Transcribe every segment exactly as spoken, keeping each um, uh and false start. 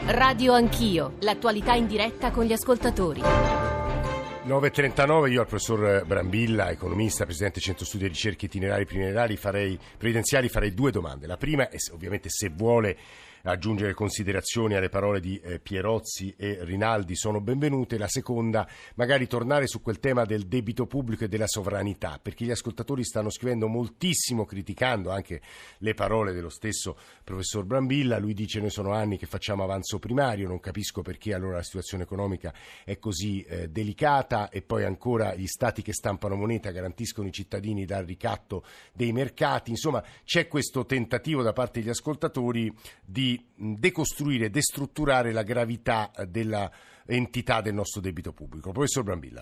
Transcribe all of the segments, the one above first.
Radio Anch'io, l'attualità in diretta con gli ascoltatori. nove e trentanove, io al professor Brambilla, economista, presidente Centro Studi e Ricerche Itinerari Previdenziali, farei, previdenziali, farei due domande. La prima è ovviamente se vuole aggiungere considerazioni alle parole di eh, Pierozzi e Rinaldi, sono benvenute. La seconda, magari tornare su quel tema del debito pubblico e della sovranità, perché gli ascoltatori stanno scrivendo moltissimo, criticando anche le parole dello stesso professor Brambilla. Lui dice: noi sono anni che facciamo avanzo primario, non capisco perché allora la situazione economica è così eh, delicata, e poi ancora gli stati che stampano moneta garantiscono i cittadini dal ricatto dei mercati. Insomma, c'è questo tentativo da parte degli ascoltatori di decostruire, destrutturare la gravità della entità del nostro debito pubblico. Professor Brambilla.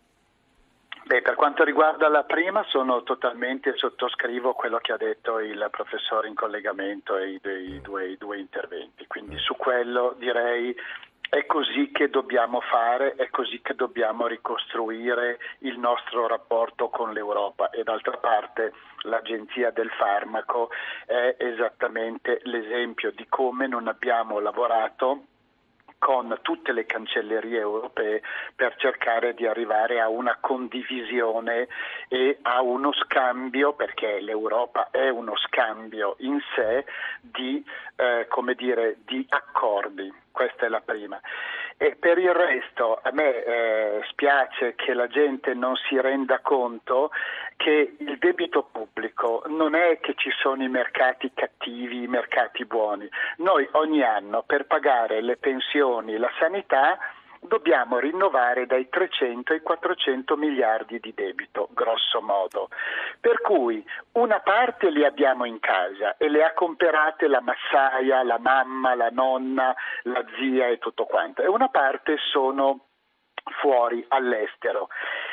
Beh, per quanto riguarda la prima, sono totalmente, sottoscrivo quello che ha detto il professore in collegamento ai due, due, i due interventi, quindi su quello direi è così che dobbiamo fare, è così che dobbiamo ricostruire il nostro rapporto con l'Europa. E d'altra parte l'Agenzia del Farmaco è esattamente l'esempio di come non abbiamo lavorato con tutte le cancellerie europee per cercare di arrivare a una condivisione e a uno scambio, perché l'Europa è uno scambio in sé di, eh, come dire, di accordi. Questa è la prima. E per il resto a me eh, spiace che la gente non si renda conto che il debito pubblico non è che ci sono i mercati cattivi, i mercati buoni. Noi ogni anno per pagare le pensioni, la sanità, dobbiamo rinnovare dai trecento ai quattrocento miliardi di debito, grosso modo. Per cui una parte li abbiamo in casa e le ha comprate la massaia, la mamma, la nonna, la zia e tutto quanto, e una parte sono fuori all'estero.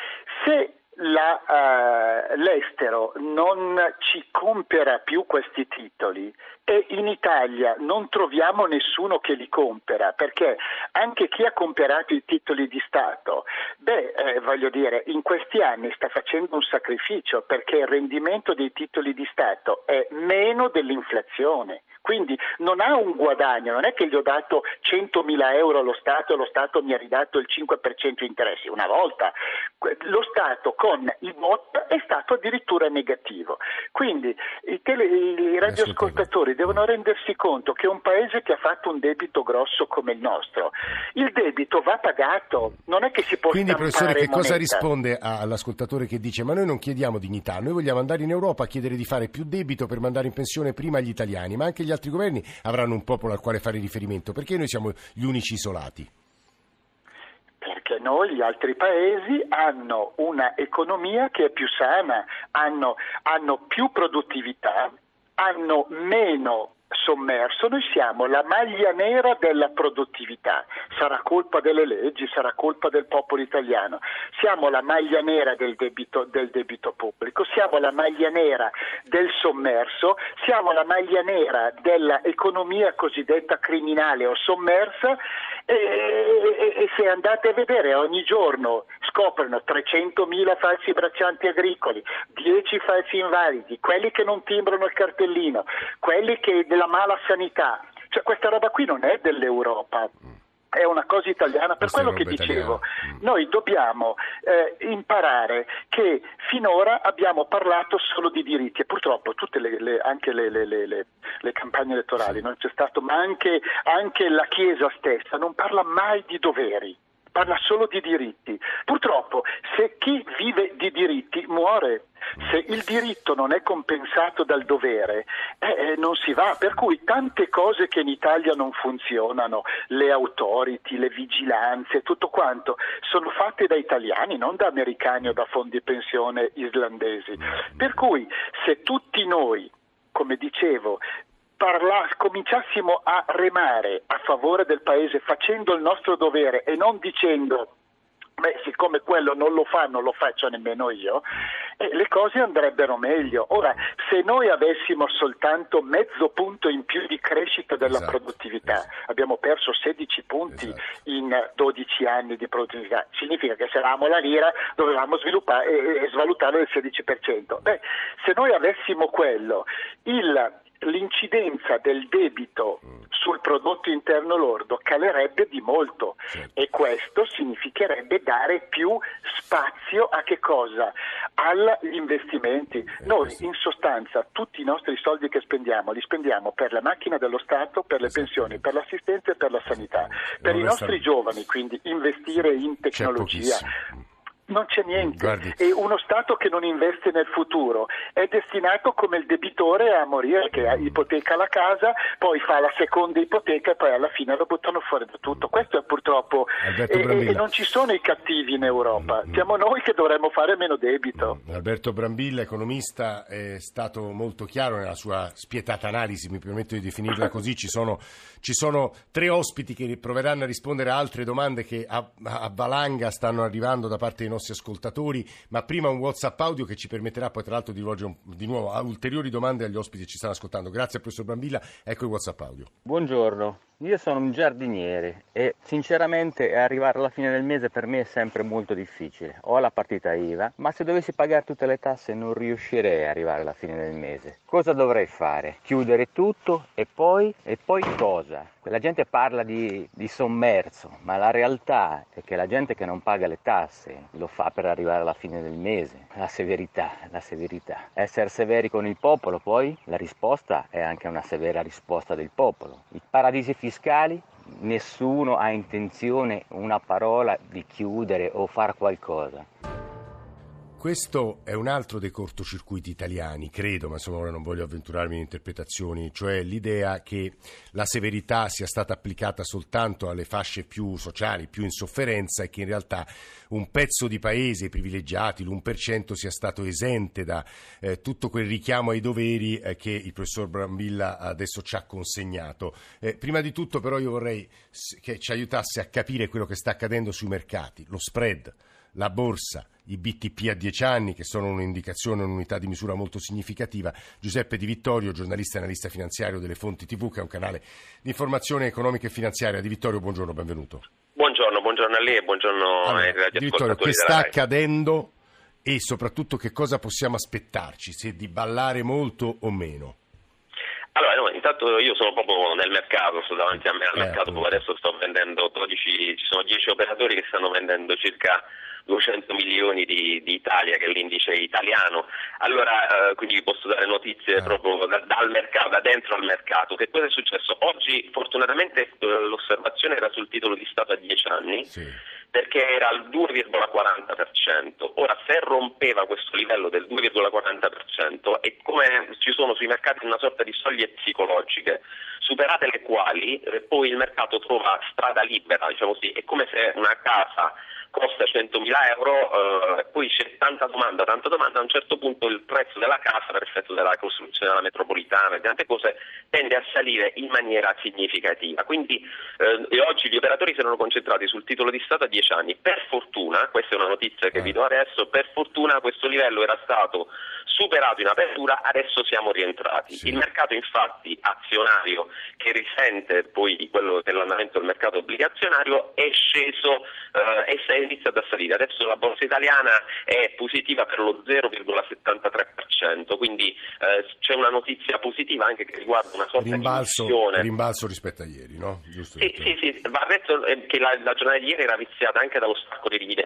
Se La, uh, l'estero non ci compera più questi titoli e in Italia non troviamo nessuno che li compera, perché anche chi ha comperato i titoli di Stato, beh, eh, voglio dire, in questi anni sta facendo un sacrificio, perché il rendimento dei titoli di Stato è meno dell'inflazione. Quindi non ha un guadagno, non è che gli ho dato centomila euro allo Stato e lo Stato mi ha ridato il cinque per cento interessi. Una volta lo Stato con i B O T è stato addirittura negativo. Quindi i, tele, i radioascoltatori devono rendersi conto che un paese che ha fatto un debito grosso come il nostro, il debito va pagato, non è che si può Quindi, professore, che moneta. cosa risponde all'ascoltatore che dice: ma noi non chiediamo dignità, noi vogliamo andare in Europa a chiedere di fare più debito per mandare in pensione prima gli italiani, ma anche gli altri governi avranno un popolo al quale fare riferimento, perché noi siamo gli unici isolati? Perché noi, gli altri paesi, hanno una economia che è più sana, hanno, hanno più produttività, hanno meno sommerso. Noi siamo la maglia nera della produttività. Sarà colpa delle leggi, sarà colpa del popolo italiano. Siamo la maglia nera del debito, del debito pubblico, siamo la maglia nera del sommerso, siamo la maglia nera dell'economia cosiddetta criminale o sommersa. E, e, e se andate a vedere, ogni giorno scoprono trecentomila falsi braccianti agricoli, dieci falsi invalidi, quelli che non timbrano il cartellino, quelli che della mala sanità. Cioè, questa roba qui non è dell'Europa, è una cosa italiana. Per quello che dicevo, noi dobbiamo eh, imparare che finora abbiamo parlato solo di diritti, e purtroppo tutte le, le anche le, le, le, le, le campagne elettorali non c'è stato, ma anche, anche la Chiesa stessa non parla mai di doveri, parla solo di diritti. Purtroppo se chi vive di diritti muore. Se il diritto non è compensato dal dovere, eh, non si va. Per cui tante cose che in Italia non funzionano, le authority, le vigilanze, tutto quanto, sono fatte da italiani, non da americani o da fondi pensione islandesi. Per cui se tutti noi, come dicevo, Parla, cominciassimo a remare a favore del Paese facendo il nostro dovere e non dicendo beh, siccome quello non lo fa, non lo faccio nemmeno io, eh, le cose andrebbero meglio. Ora, se noi avessimo soltanto mezzo punto in più di crescita della esatto, produttività, esatto. abbiamo perso sedici punti esatto. in dodici anni di produttività, significa che se eravamo la lira dovevamo sviluppare e, e svalutare il sedici per cento. Beh, se noi avessimo quello, il... l'incidenza del debito sul prodotto interno lordo calerebbe di molto, certo. E questo significherebbe dare più spazio a che cosa? Agli investimenti. Eh, Noi questo. in sostanza tutti i nostri soldi che spendiamo li spendiamo per la macchina dello Stato, per le pensioni, per l'assistenza e per la sanità. Per i nostri giovani, quindi investire in tecnologia. Non c'è niente. Guardi. E uno Stato che non investe nel futuro è destinato come il debitore a morire, che ipoteca la casa, poi fa la seconda ipoteca e poi alla fine lo buttano fuori da tutto. Questo è purtroppo e, e non ci sono i cattivi in Europa, mm-hmm. siamo noi che dovremmo fare meno debito. Alberto Brambilla, economista, è stato molto chiaro nella sua spietata analisi, mi permetto di definirla così. Ci sono, ci sono tre ospiti che proveranno a rispondere a altre domande che a, a valanga stanno arrivando da parte dei nostri ascoltatori, ma prima un WhatsApp audio che ci permetterà poi tra l'altro di rivolgere un, di nuovo a ulteriori domande agli ospiti che ci stanno ascoltando. Grazie al professor Brambilla, ecco il WhatsApp audio. Buongiorno, io sono un giardiniere e sinceramente arrivare alla fine del mese per me è sempre molto difficile. Ho la partita I V A, ma se dovessi pagare tutte le tasse non riuscirei a arrivare alla fine del mese. Cosa dovrei fare? Chiudere tutto e poi? E poi cosa? La gente parla di, di sommerso, ma la realtà è che la gente che non paga le tasse lo fa per arrivare alla fine del mese. La severità, la severità. Essere severi con il popolo, poi la risposta è anche una severa risposta del popolo. I paradisi fiscali, nessuno ha intenzione, una parola, di chiudere o far qualcosa. Questo è un altro dei cortocircuiti italiani, credo, ma insomma ora non voglio avventurarmi in interpretazioni, cioè l'idea che la severità sia stata applicata soltanto alle fasce più sociali, più in sofferenza, e che in realtà un pezzo di paese, i privilegiati, l'uno per cento, sia stato esente da eh, tutto quel richiamo ai doveri eh, che il professor Brambilla adesso ci ha consegnato. Eh, prima di tutto però io vorrei che ci aiutasse a capire quello che sta accadendo sui mercati, lo spread, la borsa, i B T P a dieci anni, che sono un'indicazione, un'unità di misura molto significativa. Giuseppe Di Vittorio, giornalista e analista finanziario delle Fonti tivù, che è un canale di informazione economica e finanziaria. Di Vittorio, buongiorno, benvenuto. Buongiorno, buongiorno a lei e buongiorno allora, ai radioascoltatori. Di Vittorio, che sta accadendo e soprattutto che cosa possiamo aspettarci, se di ballare molto o meno? Allora, no, intanto io sono proprio nel mercato, sto davanti a me al eh, mercato, poi adesso sto vendendo dodici, ci sono dieci operatori che stanno vendendo circa duecento milioni di, di Italia, che è l'indice italiano. Allora, eh, quindi vi posso dare notizie eh. proprio da, dal mercato, da dentro al mercato. Che cosa è successo? Oggi fortunatamente eh, l'osservazione era sul titolo di Stato a dieci anni. Sì. Perché era al due virgola quaranta per cento. Ora, se rompeva questo livello del due virgola quaranta per cento, e come ci sono sui mercati una sorta di soglie psicologiche, superate le quali eh, poi il mercato trova strada libera, diciamo così. È come se una casa costa centomila euro, eh, poi c'è tanta domanda, tanta domanda, a un certo punto il prezzo della casa, per effetto della costruzione della metropolitana e tante cose, tende a salire in maniera significativa. Quindi eh, e oggi gli operatori si erano concentrati sul titolo di Stato a dieci anni. Per fortuna, questa è una notizia che vi do adesso, per fortuna questo livello era stato superato in apertura, adesso siamo rientrati. Sì. Il mercato infatti azionario, che risente poi di quello dell'andamento del mercato obbligazionario, è sceso eh, e è iniziato a salire. Adesso la borsa italiana è positiva per lo zero virgola settantatré per cento, quindi eh, c'è una notizia positiva anche che riguarda una sorta rimbalzo, di missione. Rimbalzo rispetto a ieri, no? Giusto, sì, sì, sì, va detto che la, la giornata di ieri era viziata anche dallo stacco di dividendi.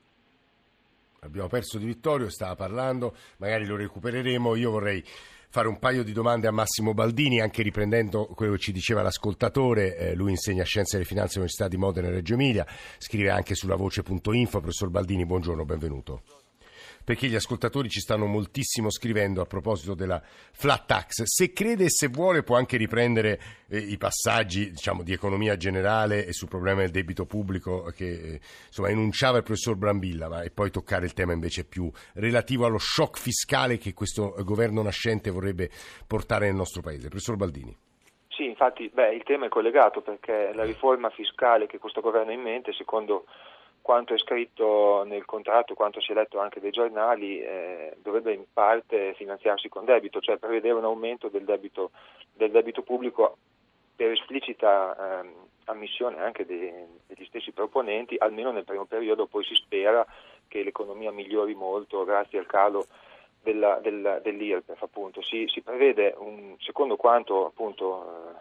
Abbiamo perso Di Vittorio, stava parlando, magari lo recupereremo. Io vorrei fare un paio di domande a Massimo Baldini, anche riprendendo quello che ci diceva l'ascoltatore. Eh, lui insegna Scienze delle Finanze all'Università di Modena e Reggio Emilia, scrive anche sulla voce punto info. Professor Baldini, buongiorno, benvenuto. Perché gli ascoltatori ci stanno moltissimo scrivendo a proposito della flat tax. Se crede e se vuole può anche riprendere eh, i passaggi, diciamo, di economia generale e sul problema del debito pubblico che eh, insomma enunciava il professor Brambilla, ma e poi toccare il tema invece più relativo allo shock fiscale che questo governo nascente vorrebbe portare nel nostro paese. Professor Baldini. Sì, infatti beh, il tema è collegato, perché la riforma fiscale che questo governo ha in mente, secondo quanto è scritto nel contratto, quanto si è letto anche dai giornali, eh, dovrebbe in parte finanziarsi con debito, cioè prevedere un aumento del debito, del debito pubblico per esplicita eh, ammissione anche dei, degli stessi proponenti, almeno nel primo periodo. Poi si spera che l'economia migliori molto grazie al calo della, della, dell'I R P E F. Appunto. Si, si prevede, un, secondo quanto appunto eh,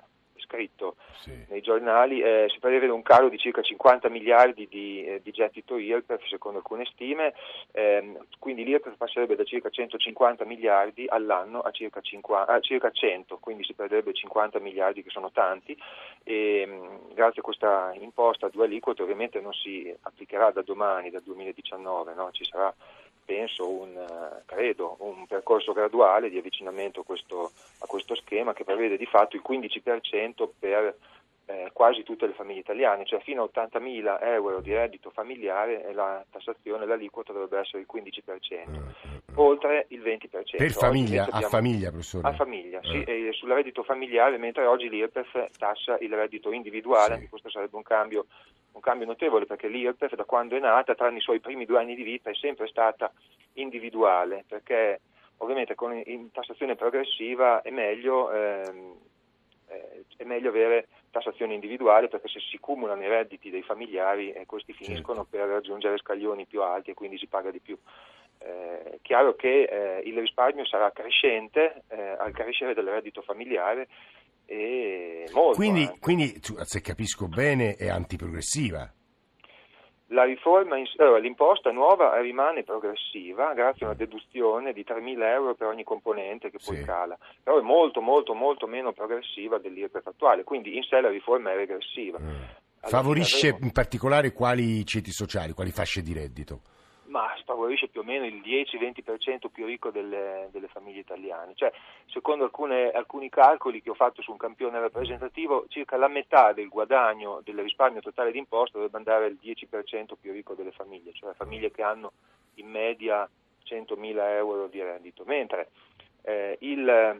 scritto sì. nei giornali, eh, si prevede un calo di circa cinquanta miliardi di, eh, di gettito I R P E F secondo alcune stime, ehm, quindi l'I R P E F passerebbe da circa centocinquanta miliardi all'anno a circa, cinquanta, a circa cento, quindi si perderebbe cinquanta miliardi, che sono tanti, e mh, grazie a questa imposta a due aliquote ovviamente non si applicherà da domani, dal duemiladiciannove, no? Ci sarà, penso, un, credo, un percorso graduale di avvicinamento a questo, a questo schema, che prevede di fatto il quindici per cento per eh, quasi tutte le famiglie italiane, cioè fino a ottantamila euro di reddito familiare e la tassazione, l'aliquota dovrebbe essere il quindici per cento, oltre il venti per cento. Per famiglia, Oggi abbiamo, a famiglia, professore? A famiglia, sì, eh. e sul reddito familiare, mentre oggi l'I R P E F tassa il reddito individuale, sì. Anche questo sarebbe un cambio un cambio notevole, perché l'I R P E F da quando è nata, tranne i suoi primi due anni di vita, è sempre stata individuale, perché ovviamente con in tassazione progressiva è meglio, ehm, eh, è meglio avere tassazione individuale, perché se si cumulano i redditi dei familiari eh, questi finiscono certo. per raggiungere scaglioni più alti e quindi si paga di più. Eh, è chiaro che eh, il risparmio sarà crescente eh, al crescere del reddito familiare, e molto. Quindi, quindi, se capisco bene, è antiprogressiva. La riforma, in, allora, l'imposta nuova rimane progressiva grazie a una deduzione di tremila euro per ogni componente che poi sì. cala, però è molto molto molto meno progressiva dell'I R P E F attuale, quindi in sé la riforma è regressiva. Mm. Favorisce avremo... in particolare quali ceti sociali, quali fasce di reddito? Ma favorisce più o meno il dieci venti per cento più ricco delle, delle famiglie italiane, cioè secondo alcune, alcuni calcoli che ho fatto su un campione rappresentativo, circa la metà del guadagno del risparmio totale d'imposta dovrebbe andare al dieci per cento più ricco delle famiglie, cioè famiglie che hanno in media centomila euro di reddito, mentre eh, il,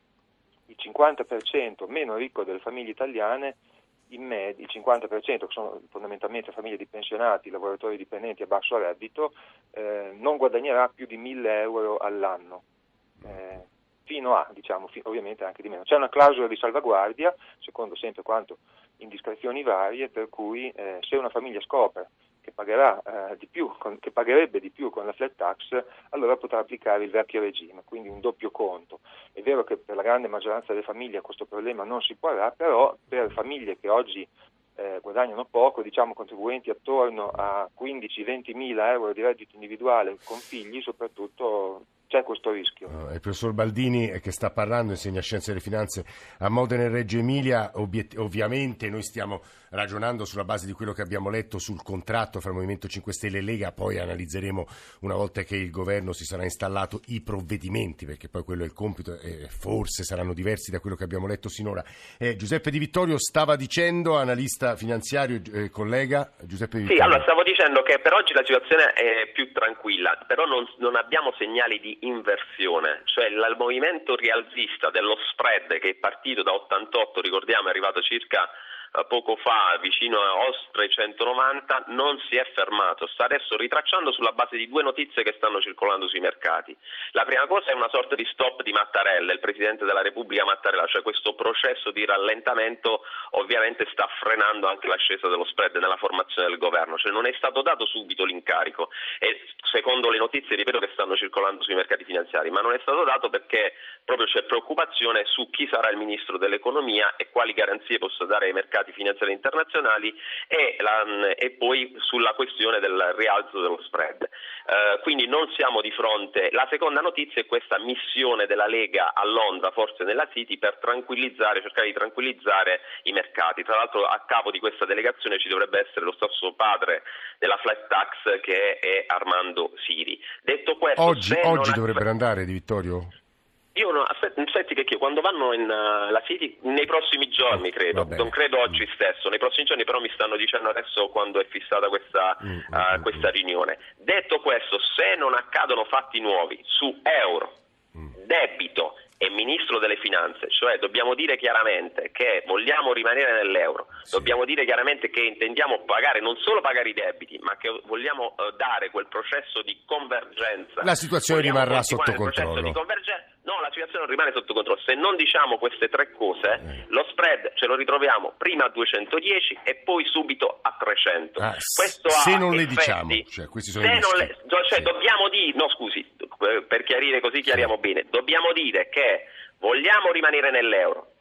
il cinquanta per cento meno ricco delle famiglie italiane, in media, il cinquanta per cento, che sono fondamentalmente famiglie di pensionati, lavoratori dipendenti a basso reddito, eh, non guadagnerà più di mille euro all'anno, eh, fino a, diciamo, fi- ovviamente anche di meno. C'è una clausola di salvaguardia, secondo sempre quanto indiscrezioni varie, per cui eh, se una famiglia scopre che pagherà eh, di più, con, che pagherebbe di più con la flat tax, allora potrà applicare il vecchio regime, quindi un doppio conto. È vero che per la grande maggioranza delle famiglie questo problema non si porrà, però per famiglie che oggi eh, guadagnano poco, diciamo contribuenti attorno a quindici venti mila euro di reddito individuale con figli, soprattutto c'è questo rischio. Uh, il professor Baldini, che sta parlando, insegna Scienze delle Finanze a Modena e Reggio Emilia. Obiet- ovviamente noi stiamo ragionando sulla base di quello che abbiamo letto sul contratto fra Movimento cinque Stelle e Lega, poi analizzeremo una volta che il governo si sarà installato i provvedimenti, perché poi quello è il compito e forse saranno diversi da quello che abbiamo letto sinora. Eh, Giuseppe Di Vittorio stava dicendo, analista finanziario, eh, collega Giuseppe Di Vittorio. Sì, allora stavo dicendo che per oggi la situazione è più tranquilla, però non, non abbiamo segnali di inversione, cioè il movimento rialzista dello spread che è partito da ottantotto, ricordiamo è arrivato circa poco fa vicino a oltre centonovanta, non si è fermato, sta adesso ritracciando sulla base di due notizie che stanno circolando sui mercati. La prima cosa è una sorta di stop di Mattarella, il Presidente della Repubblica Mattarella, cioè questo processo di rallentamento ovviamente sta frenando anche l'ascesa dello spread nella formazione del governo, cioè non è stato dato subito l'incarico e secondo le notizie, ripeto, che stanno circolando sui mercati finanziari, ma non è stato dato perché proprio c'è preoccupazione su chi sarà il Ministro dell'Economia e quali garanzie possa dare ai mercati finanziari internazionali e, la, e poi sulla questione del rialzo dello spread. Uh, quindi non siamo di fronte. La seconda notizia è questa missione della Lega a Londra, forse nella City, per tranquillizzare, cercare di tranquillizzare i mercati. Tra l'altro a capo di questa delegazione ci dovrebbe essere lo stesso padre della flat tax che è Armando Siri. Detto questo, oggi, oggi non... dovrebbero andare, Di Vittorio? Io no, aspetti, aspetti che io, quando vanno in uh, la City nei prossimi giorni credo, non credo oggi stesso, nei prossimi giorni però mi stanno dicendo adesso quando è fissata questa, mm, uh, questa riunione. Detto questo, se non accadono fatti nuovi su euro, mm. debito e Ministro delle Finanze, cioè dobbiamo dire chiaramente che vogliamo rimanere nell'euro, sì. dobbiamo dire chiaramente che intendiamo pagare, non solo pagare i debiti, ma che vogliamo uh, dare quel processo di convergenza. La situazione vogliamo rimarrà sotto controllo. Di convergenza. No, la situazione non rimane sotto controllo. Se non diciamo queste tre cose, eh. lo spread ce lo ritroviamo prima a duecentodieci e poi subito a trecento. Ah, Questo se ha non effetti, le diciamo, cioè, questi sono se i non le, cioè sì. dobbiamo dire, no scusi, per chiarire così chiariamo sì. bene, dobbiamo dire che vogliamo rimanere nell'euro,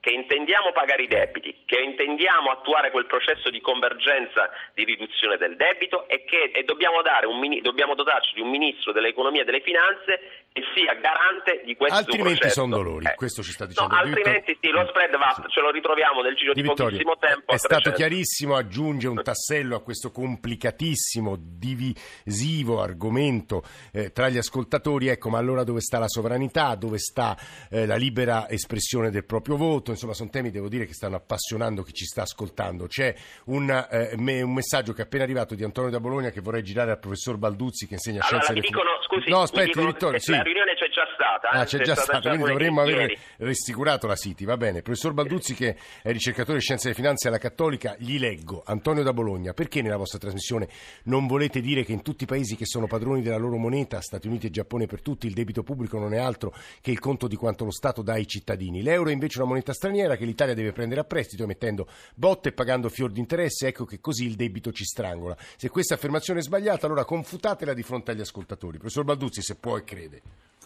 che intendiamo pagare i debiti, che intendiamo attuare quel processo di convergenza di riduzione del debito e che e dobbiamo, dare un, dobbiamo dotarci di un ministro dell'economia e delle finanze che sia garante di questo altrimenti processo. Altrimenti sono dolori, eh. questo ci sta dicendo. No, altrimenti sì, lo spread va, ce lo ritroviamo nel giro di, di pochissimo tempo. È stato chiarissimo, aggiunge un tassello a questo complicatissimo, divisivo argomento eh, tra gli ascoltatori. Ecco, ma allora dove sta la sovranità, dove sta eh, la libera espressione del proprio voto? Insomma, sono temi, devo dire, che stanno appassionando chi ci sta ascoltando. C'è un, eh, me, un messaggio che è appena arrivato di Antonio da Bologna che vorrei girare al professor Balduzzi, che insegna allora, scienze mi delle dicono, scusi, no, aspetti, mi Vittorio, sì. La riunione c'è già stata. Eh? Ah, c'è, c'è già stata, quindi dovremmo aver rassicurato la Citi, va bene. Professor Balduzzi, che è ricercatore di scienze delle finanze alla Cattolica, gli leggo. Antonio da Bologna, perché nella vostra trasmissione non volete dire che in tutti i paesi che sono padroni della loro moneta, Stati Uniti e Giappone per tutti, il debito pubblico non è altro che il conto di quanto lo Stato dà ai cittadini? L'euro è invece una moneta straniera che l'Italia deve prendere a prestito emettendo botte e pagando fior di interesse, ecco che così il debito ci strangola. Se questa affermazione è sbagliata, allora confutatela di fronte agli ascoltatori. Professor Balduzzi, se può e crede.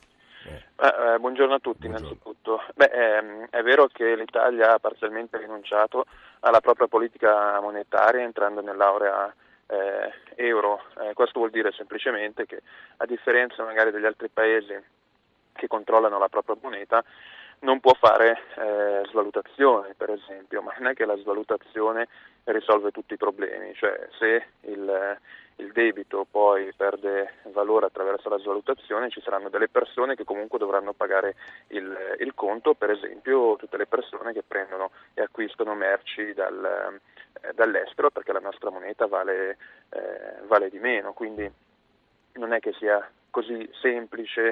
Eh, eh, buongiorno a tutti. Buongiorno. Innanzitutto. Beh, ehm, è vero che l'Italia ha parzialmente rinunciato alla propria politica monetaria entrando nell'area eh, euro. Eh, questo vuol dire semplicemente che, a differenza magari degli altri paesi che controllano la propria moneta, non può fare eh, svalutazione, per esempio, ma non è che la svalutazione risolve tutti i problemi, cioè se il, il debito poi perde valore attraverso la svalutazione, ci saranno delle persone che comunque dovranno pagare il, il conto, per esempio tutte le persone che prendono e acquistano merci dal, eh, dall'estero, perché la nostra moneta vale, eh, vale di meno, quindi non è che sia così semplice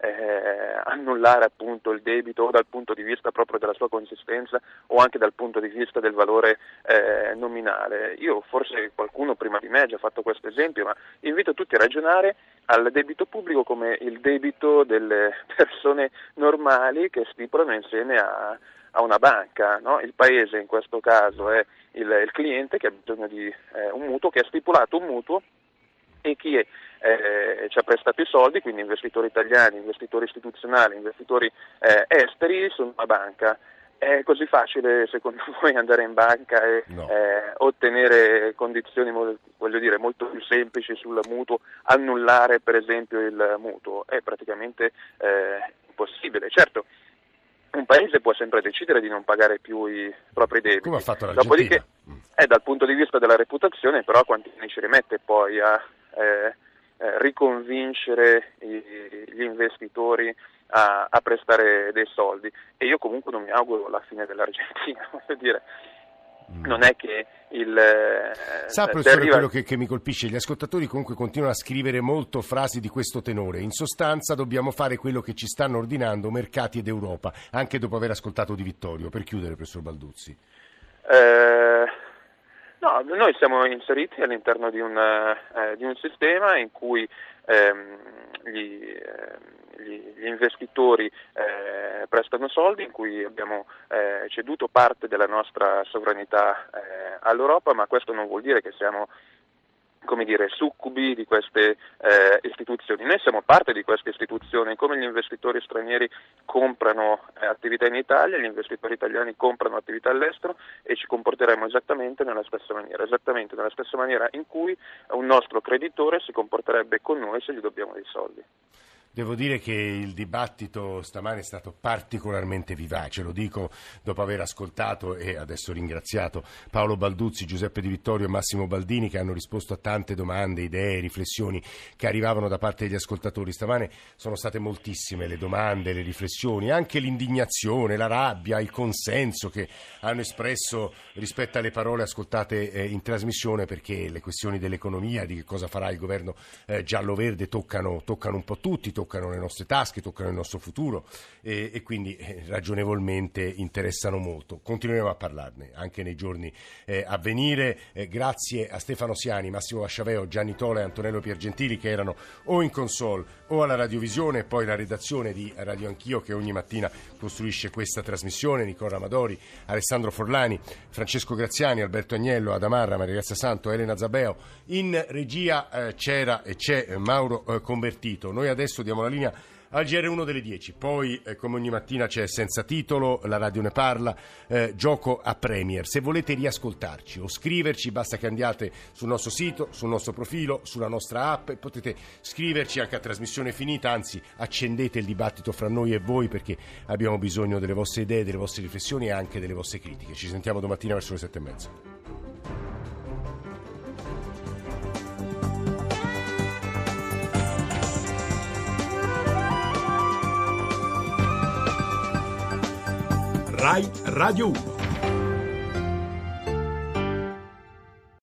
eh, annullare appunto il debito o dal punto di vista proprio della sua consistenza o anche dal punto di vista del valore eh, nominale. Io, forse qualcuno prima di me ha già fatto questo esempio, ma invito tutti a ragionare al debito pubblico come il debito delle persone normali che stipulano insieme a a una banca, no? Il paese in questo caso è il, il cliente che ha bisogno di eh, un mutuo, che ha stipulato un mutuo, e chi è, eh, ci ha prestato i soldi, quindi investitori italiani, investitori istituzionali, investitori eh, esteri, sono una banca. È così facile, secondo voi, andare in banca e no. eh, ottenere condizioni, voglio dire, molto più semplici sul mutuo, annullare per esempio il mutuo? È praticamente eh, impossibile. Certo, un paese può sempre decidere di non pagare più i propri debiti. Come ha fatto l'Argentina. Dopodiché, eh, dal punto di vista della reputazione, però, quanti anni ci rimette poi a eh, eh, riconvincere i, gli investitori a, a prestare dei soldi? E io comunque non mi auguro la fine dell'Argentina, voglio dire. Non è che il eh, sa, professore, arriva... quello che, che mi colpisce, gli ascoltatori comunque continuano a scrivere molto frasi di questo tenore: in sostanza dobbiamo fare quello che ci stanno ordinando mercati ed Europa, anche dopo aver ascoltato Di Vittorio. Per chiudere, professor Balduzzi. Eh, no, noi siamo inseriti all'interno di un, eh, di un sistema in cui ehm, gli, eh, gli, gli investitori eh, prestano soldi, in cui abbiamo eh, ceduto parte della nostra sovranità eh, all'Europa, ma questo non vuol dire che siamo, come dire, succubi di queste eh, istituzioni. Noi siamo parte di queste istituzioni, come gli investitori stranieri comprano eh, attività in Italia, gli investitori italiani comprano attività all'estero, e ci comporteremo esattamente nella stessa maniera, esattamente nella stessa maniera in cui un nostro creditore si comporterebbe con noi se gli dobbiamo dei soldi. Devo dire che il dibattito stamane è stato particolarmente vivace, lo dico dopo aver ascoltato e adesso ringraziato Paolo Balduzzi, Giuseppe Di Vittorio e Massimo Baldini, che hanno risposto a tante domande, idee, riflessioni che arrivavano da parte degli ascoltatori. Stamane sono state moltissime le domande, le riflessioni, anche l'indignazione, la rabbia, il consenso che hanno espresso rispetto alle parole ascoltate eh, in trasmissione, perché le questioni dell'economia, di che cosa farà il governo eh, giallo-verde, toccano, toccano un po' tutti, toccano le nostre tasche, toccano il nostro futuro e, e quindi eh, ragionevolmente interessano molto. Continueremo a parlarne anche nei giorni eh, a venire. Eh, grazie a Stefano Siani, Massimo Vasciaveo, Gianni Tola e Antonello Piergentili, che erano o in console o alla radiovisione, e poi la redazione di Radio Anch'io, che ogni mattina costruisce questa trasmissione: Nicola Amadori, Alessandro Forlani, Francesco Graziani, Alberto Agnello, Adamarra, Maria Grazia Santo, Elena Zabeo. In regia eh, c'era e c'è Mauro eh, Convertito. Noi adesso diamo la linea al G R uno delle dieci. Poi, eh, come ogni mattina, c'è Senza Titolo, la radio ne parla, eh, gioco a Premier. Se volete riascoltarci o scriverci, basta che andiate sul nostro sito, sul nostro profilo, sulla nostra app, e potete scriverci anche a trasmissione finita, anzi accendete il dibattito fra noi e voi, perché abbiamo bisogno delle vostre idee, delle vostre riflessioni e anche delle vostre critiche. Ci sentiamo domattina verso le sette e mezza. Rai Radio uno.